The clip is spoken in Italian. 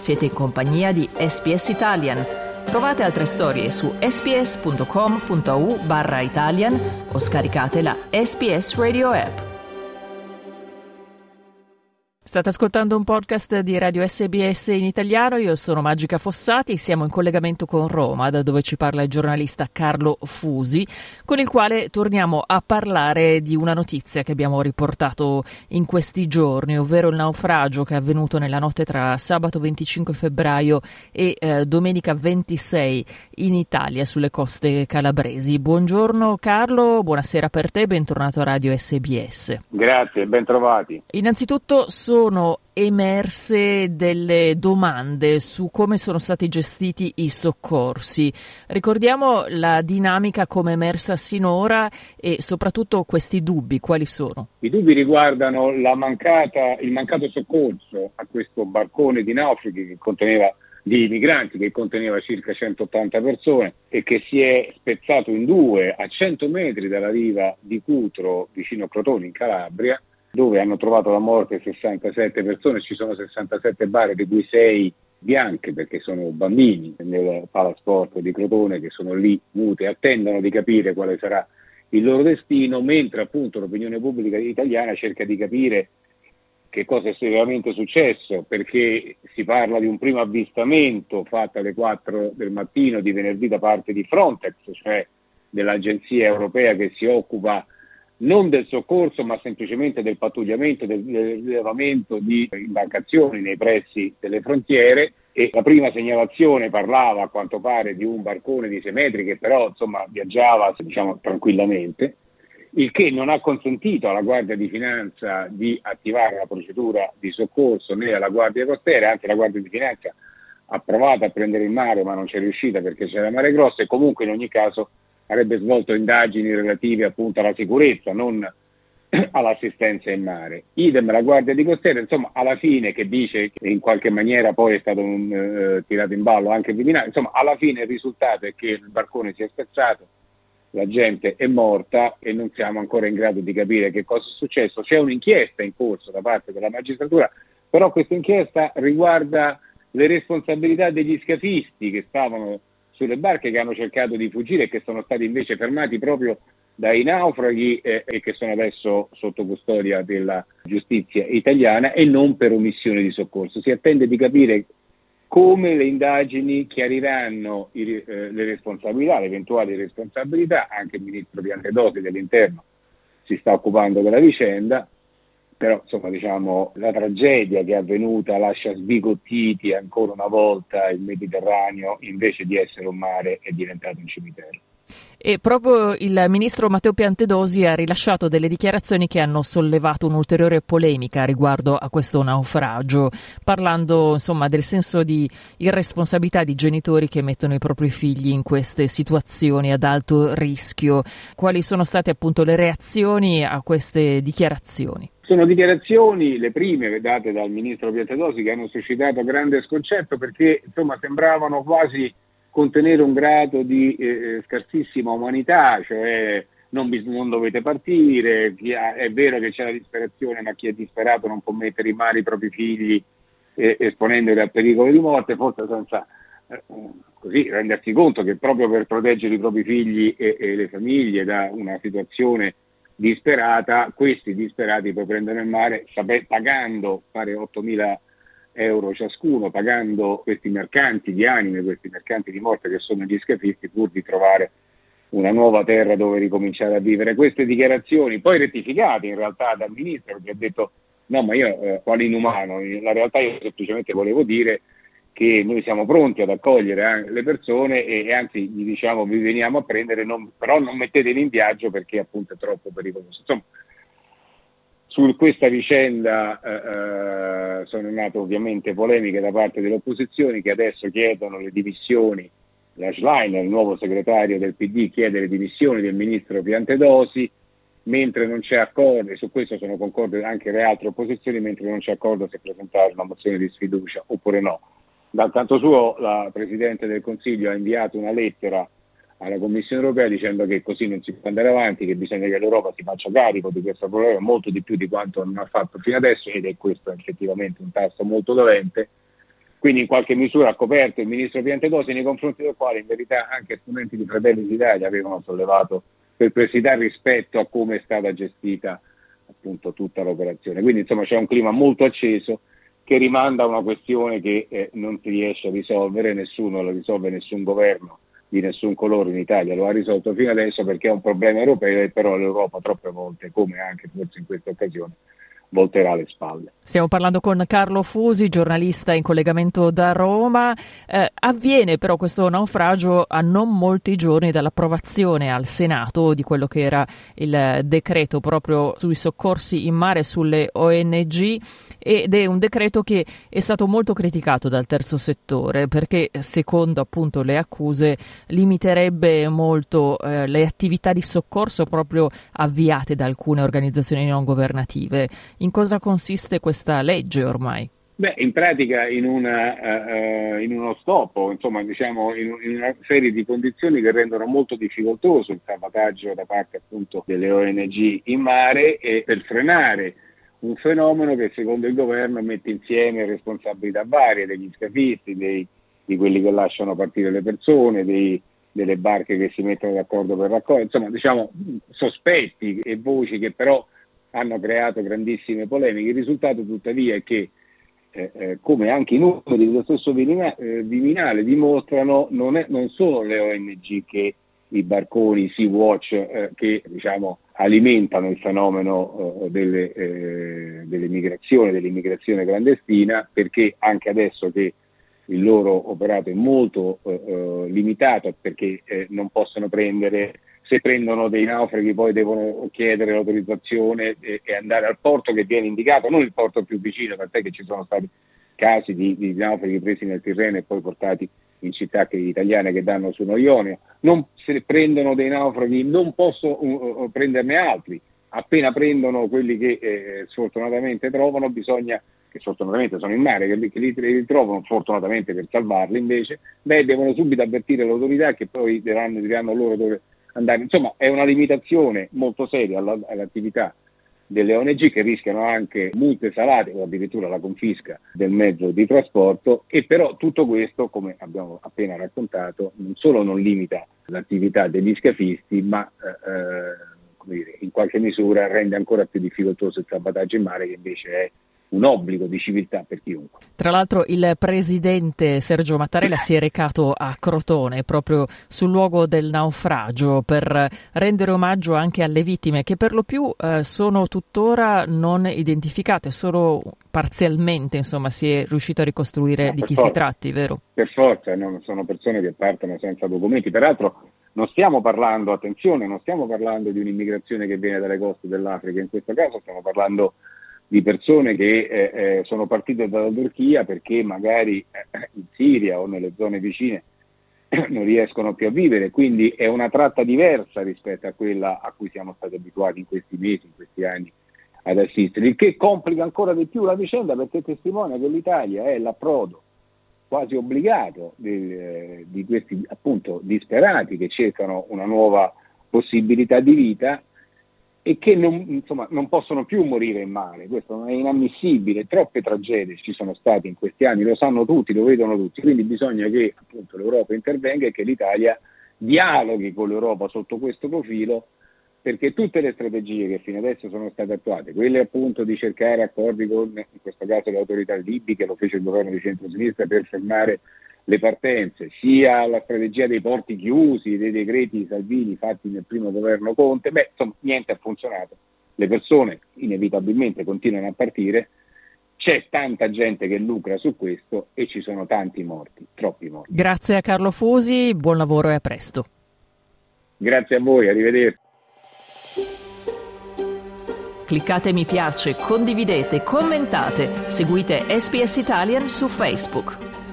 Siete in compagnia di SPS Italian. Trovate altre storie su sps.com.au/Italian o scaricate la SPS Radio app. State ascoltando un podcast di Radio SBS in italiano, io sono Magica Fossati, siamo in collegamento con Roma, da dove ci parla il giornalista Carlo Fusi, con il quale torniamo a parlare di una notizia che abbiamo riportato in questi giorni, ovvero il naufragio che è avvenuto nella notte tra sabato 25 febbraio e domenica 26 in Italia, sulle coste calabresi. Buongiorno Carlo, buonasera per te, bentornato a Radio SBS. Grazie, ben trovati. Innanzitutto sono emerse delle domande su come sono stati gestiti i soccorsi. Ricordiamo la dinamica come emersa sinora e soprattutto questi dubbi, quali sono? I dubbi riguardano il mancato soccorso a questo barcone di naufraghi di migranti che conteneva circa 180 persone e che si è spezzato in due a 100 metri dalla riva di Cutro, vicino a Crotone in Calabria, dove hanno trovato la morte 67 persone. Ci sono 67 bare, di cui 6 bianche, perché sono bambini nel palasport di Crotone che sono lì mute e attendono di capire quale sarà il loro destino, mentre appunto l'opinione pubblica italiana cerca di capire che cosa è veramente successo, perché si parla di un primo avvistamento fatto alle 4 del mattino di venerdì da parte di Frontex, cioè dell'agenzia europea che si occupa non del soccorso ma semplicemente del pattugliamento, del rilevamento di imbarcazioni nei pressi delle frontiere, e la prima segnalazione parlava a quanto pare di un barcone di 6 metri che però viaggiava tranquillamente, il che non ha consentito alla Guardia di Finanza di attivare la procedura di soccorso né alla Guardia Costiera. Anche la Guardia di Finanza ha provato a prendere in mare ma non c'è riuscita perché c'era mare grosso, e comunque in ogni caso avrebbe svolto indagini relative appunto alla sicurezza, non all'assistenza in mare. Idem la Guardia di Costiera, alla fine, che dice che in qualche maniera poi è stato tirato in ballo anche il Viminale, alla fine il risultato è che il barcone si è spezzato, la gente è morta e non siamo ancora in grado di capire che cosa è successo. C'è un'inchiesta in corso da parte della magistratura, però questa inchiesta riguarda le responsabilità degli scafisti che stavano sulle barche, che hanno cercato di fuggire e che sono stati invece fermati proprio dai naufraghi e che sono adesso sotto custodia della giustizia italiana, e non per omissione di soccorso. Si attende di capire come le indagini chiariranno le responsabilità, le eventuali responsabilità. Anche il ministro Piantedosi dell'Interno si sta occupando della vicenda, però la tragedia che è avvenuta lascia sbigottiti ancora una volta. Il Mediterraneo, invece di essere un mare, è diventato un cimitero. E proprio il ministro Matteo Piantedosi ha rilasciato delle dichiarazioni che hanno sollevato un'ulteriore polemica riguardo a questo naufragio, parlando del senso di irresponsabilità di genitori che mettono i propri figli in queste situazioni ad alto rischio. Quali sono state appunto le reazioni a queste dichiarazioni? Sono dichiarazioni, le prime date dal ministro Piantedosi, che hanno suscitato grande sconcerto perché sembravano quasi contenere un grado di scarsissima umanità, cioè non dovete partire, è vero che c'è la disperazione, ma chi è disperato non può mettere in mare i propri figli esponendoli al pericolo di morte, forse senza così rendersi conto che proprio per proteggere i propri figli e le famiglie da una situazione disperata, questi disperati poi prendono in mare pagando, fare 8.000 euro ciascuno, pagando questi mercanti di anime, questi mercanti di morte che sono gli scafisti, pur di trovare una nuova terra dove ricominciare a vivere. Queste dichiarazioni poi rettificate in realtà dal ministro, che ha detto no, ma io quale inumano, in realtà io semplicemente volevo dire che noi siamo pronti ad accogliere le persone e anzi gli diciamo vi veniamo a prendere, però non mettetevi in viaggio perché appunto è troppo pericoloso. Su questa vicenda sono nate ovviamente polemiche da parte delle opposizioni, che adesso chiedono le dimissioni. La Schleiner, il nuovo segretario del PD, chiede le dimissioni del ministro Piantedosi, mentre non c'è accordo, e su questo sono concorde anche le altre opposizioni, mentre non c'è accordo se presentare una mozione di sfiducia oppure no. Dal canto suo la Presidente del Consiglio ha inviato una lettera alla Commissione Europea dicendo che così non si può andare avanti, che bisogna che l'Europa si faccia carico di questo problema molto di più di quanto non ha fatto fino adesso, ed è questo effettivamente un tasto molto dolente. Quindi in qualche misura ha coperto il ministro Piantedosi, nei confronti del quale in verità anche esponenti di Fratelli d'Italia avevano sollevato perplessità rispetto a come è stata gestita appunto tutta l'operazione. Quindi insomma c'è un clima molto acceso che rimanda a una questione che non si riesce a risolvere, nessuno lo risolve, nessun governo di nessun colore in Italia lo ha risolto fino adesso, perché è un problema europeo e però l'Europa troppe volte, come anche forse in questa occasione, volterà le spalle. Stiamo parlando con Carlo Fusi, giornalista in collegamento da Roma. Avviene però questo naufragio a non molti giorni dall'approvazione al Senato di quello che era il decreto proprio sui soccorsi in mare, sulle ONG, ed è un decreto che è stato molto criticato dal terzo settore perché, secondo appunto le accuse, limiterebbe molto le attività di soccorso proprio avviate da alcune organizzazioni non governative. In cosa consiste questa legge ormai? Beh, in pratica in uno stop, insomma, diciamo in una serie di condizioni che rendono molto difficoltoso il salvataggio da parte appunto delle ONG in mare, e per frenare un fenomeno che secondo il governo mette insieme responsabilità varie degli scafisti, di quelli che lasciano partire le persone, delle barche che si mettono d'accordo per raccogliere, insomma, diciamo sospetti e voci che però hanno creato grandissime polemiche. Il risultato tuttavia è che come anche i numeri dello stesso Viminale dimostrano, non sono le ONG che i barconi Sea-Watch che diciamo alimentano il fenomeno dell'immigrazione clandestina, perché anche adesso che il loro operato è molto limitato, perché non possono prendere, se prendono dei naufraghi poi devono chiedere l'autorizzazione e andare al porto che viene indicato, non il porto più vicino, tant'è che ci sono stati casi di naufraghi presi nel Tirreno e poi portati in città italiane che danno su uno Ionio. Se prendono dei naufraghi non possono prenderne altri, appena prendono quelli che sfortunatamente trovano, bisogna, che sfortunatamente sono in mare, che li trovano, fortunatamente per salvarli invece, devono subito avvertire l'autorità che poi diranno loro dove andare. Insomma, è una limitazione molto seria all'attività delle ONG, che rischiano anche multe salate o addirittura la confisca del mezzo di trasporto, e però tutto questo, come abbiamo appena raccontato, non solo non limita l'attività degli scafisti, ma in qualche misura rende ancora più difficoltoso il salvataggio in mare, che invece è un obbligo di civiltà per chiunque. Tra l'altro il presidente Sergio Mattarella si è recato a Crotone, proprio sul luogo del naufragio, per rendere omaggio anche alle vittime, che per lo più sono tuttora non identificate, solo parzialmente, insomma, si è riuscito a ricostruire di chi si tratti, vero? Per forza, no? Sono persone che partono senza documenti. Peraltro non stiamo parlando, attenzione, non stiamo parlando di un'immigrazione che viene dalle coste dell'Africa, in questo caso stiamo parlando di persone che sono partite dalla Turchia perché magari in Siria o nelle zone vicine non riescono più a vivere, quindi è una tratta diversa rispetto a quella a cui siamo stati abituati in questi mesi, in questi anni ad assistere, il che complica ancora di più la vicenda, perché testimonia che l'Italia è l'approdo quasi obbligato di questi appunto disperati che cercano una nuova possibilità di vita e che non possono più morire in mare. Questo è inammissibile. Troppe tragedie ci sono state in questi anni, lo sanno tutti, lo vedono tutti, quindi bisogna che appunto l'Europa intervenga e che l'Italia dialoghi con l'Europa sotto questo profilo, perché tutte le strategie che fino adesso sono state attuate, quelle appunto di cercare accordi con, in questo caso, le autorità libiche, lo fece il governo di centrosinistra per fermare le partenze, sia la strategia dei porti chiusi, dei decreti Salvini fatti nel primo governo Conte, insomma niente ha funzionato. Le persone inevitabilmente continuano a partire, c'è tanta gente che lucra su questo e ci sono tanti morti, troppi morti. Grazie a Carlo Fusi, buon lavoro e a presto. Grazie a voi, arrivederci. Cliccate mi piace, condividete, commentate, seguite SBS Italian su Facebook.